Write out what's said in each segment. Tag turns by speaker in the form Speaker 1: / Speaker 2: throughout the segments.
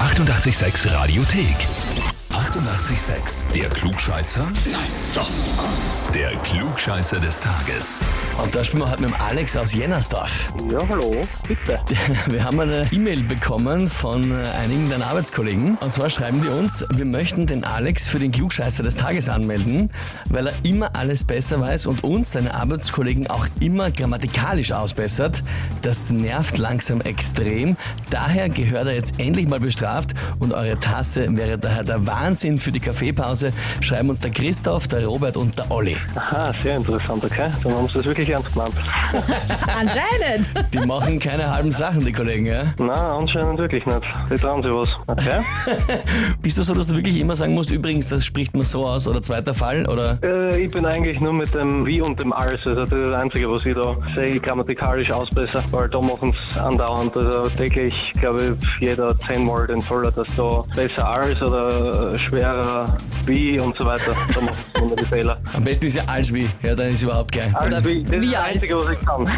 Speaker 1: 886 Radiothek. 88,6. Der Klugscheißer? Nein, doch. Der Klugscheißer des Tages.
Speaker 2: Und da spielen wir heute mit dem Alex aus Jennersdorf.
Speaker 3: Ja, hallo, bitte.
Speaker 2: Wir haben eine E-Mail bekommen von einigen deiner Arbeitskollegen. Und zwar schreiben die uns, wir möchten den Alex für den Klugscheißer des Tages anmelden, weil er immer alles besser weiß und uns, seine Arbeitskollegen, auch immer grammatikalisch ausbessert. Das nervt langsam extrem. Daher gehört er jetzt endlich mal bestraft und eure Tasse wäre daher der Wahnsinn für die Kaffeepause. Schreiben uns der Christoph, der Robert und der Olli.
Speaker 3: Aha, sehr interessant, okay. Dann haben sie das wirklich ernst gemeint.
Speaker 4: Anscheinend.
Speaker 2: Die machen keine halben Sachen, die Kollegen, ja?
Speaker 3: Nein, anscheinend wirklich nicht. Die trauen sich was. Okay?
Speaker 2: Bist du so, dass du wirklich immer sagen musst, übrigens, das spricht man so aus, oder zweiter Fall, oder?
Speaker 3: Ich bin eigentlich nur mit dem Wie und dem Als. Also das ist das Einzige, was ich da sehe, grammatikalisch ausbessere. Weil da machen sie andauernd. Also täglich, glaube ich, jeder 10-mal den Fehler, dass da besser als oder schwerer wie und so weiter. Da machen sie immer die Fehler.
Speaker 2: Am besten ist ja als wie, ja, dann ist überhaupt gleich.
Speaker 3: Also wie, das
Speaker 4: wie
Speaker 3: ist das
Speaker 4: als.
Speaker 3: Einzige, was ich kann.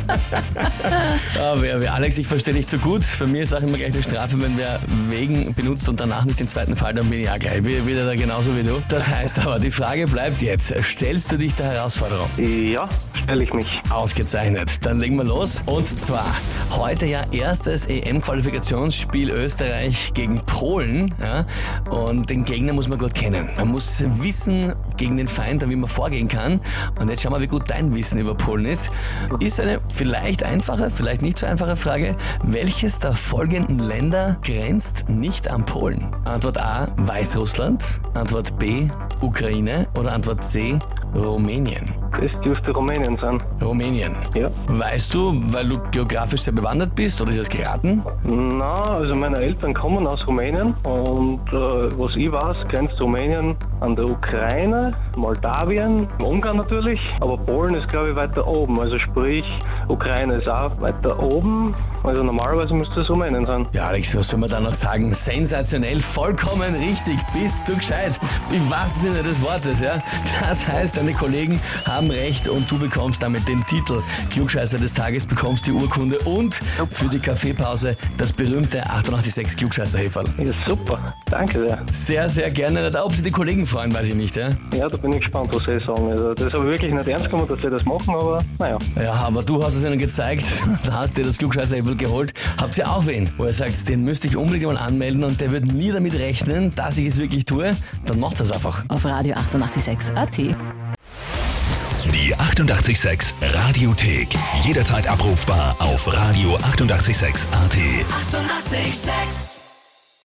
Speaker 2: Aber Alex, ich verstehe dich zu gut. Für mich ist auch immer gleich eine Strafe, wenn wer wegen benutzt und danach nicht den zweiten Fall, dann bin ich auch gleich wieder da genauso wie du. Das heißt aber, die Frage bleibt jetzt, stellst du dich der Herausforderung?
Speaker 3: Ja, stelle ich mich.
Speaker 2: Ausgezeichnet. Dann legen wir los. Und zwar heute ja erstes EM-Qualifikationsspiel Österreich gegen Polen. Ja? Und den Gegner muss man gut kennen. Man muss wissen gegen den Feind, wie man vorgehen kann. Und jetzt schauen wir, wie gut dein Wissen über Polen ist. Ist eine vielleicht einfache, vielleicht nicht so einfache Frage. Welches der folgenden Länder grenzt nicht an Polen? Antwort A, Weißrussland. Antwort B, Ukraine. Oder Antwort C, Rumänien.
Speaker 3: Das dürfte Rumänien sein.
Speaker 2: Rumänien.
Speaker 3: Ja.
Speaker 2: Weißt du, weil du geografisch sehr bewandert bist, oder ist das geraten?
Speaker 3: Na, also meine Eltern kommen aus Rumänien und was ich weiß, grenzt Rumänien an der Ukraine, Moldawien, Ungarn natürlich, aber Polen ist glaube ich weiter oben, also sprich Ukraine ist auch weiter oben, also normalerweise müsste es Rumänien sein.
Speaker 2: Ja, Alex, was soll man da noch sagen? Sensationell, vollkommen richtig, bist du gescheit. Im wahrsten Sinne des Wortes, ja. Das heißt, deine Kollegen haben recht und du bekommst damit den Titel Klugscheißer des Tages, bekommst die Urkunde und für die Kaffeepause das berühmte 886 Klugscheißer-Häferl.
Speaker 3: Ja, super, danke sehr.
Speaker 2: Sehr, sehr gerne. Ob sich die Kollegen freuen, weiß ich nicht, ja?
Speaker 3: Ja, da bin ich gespannt, was sie sagen. Also, das habe ich wirklich nicht ernst genommen, dass sie das machen, aber naja.
Speaker 2: Ja, aber du hast es ihnen gezeigt, da hast dir das Klugscheißer-Häferl geholt. Habt ihr auch wen, wo ihr sagt, den müsste ich unbedingt mal anmelden und der wird nie damit rechnen, dass ich es wirklich tue? Dann macht es einfach.
Speaker 4: Auf Radio 886 AT.
Speaker 1: Die 88,6 Radiothek. Jederzeit abrufbar auf radio886.at. 88,6.
Speaker 5: Eighty-eight, sex.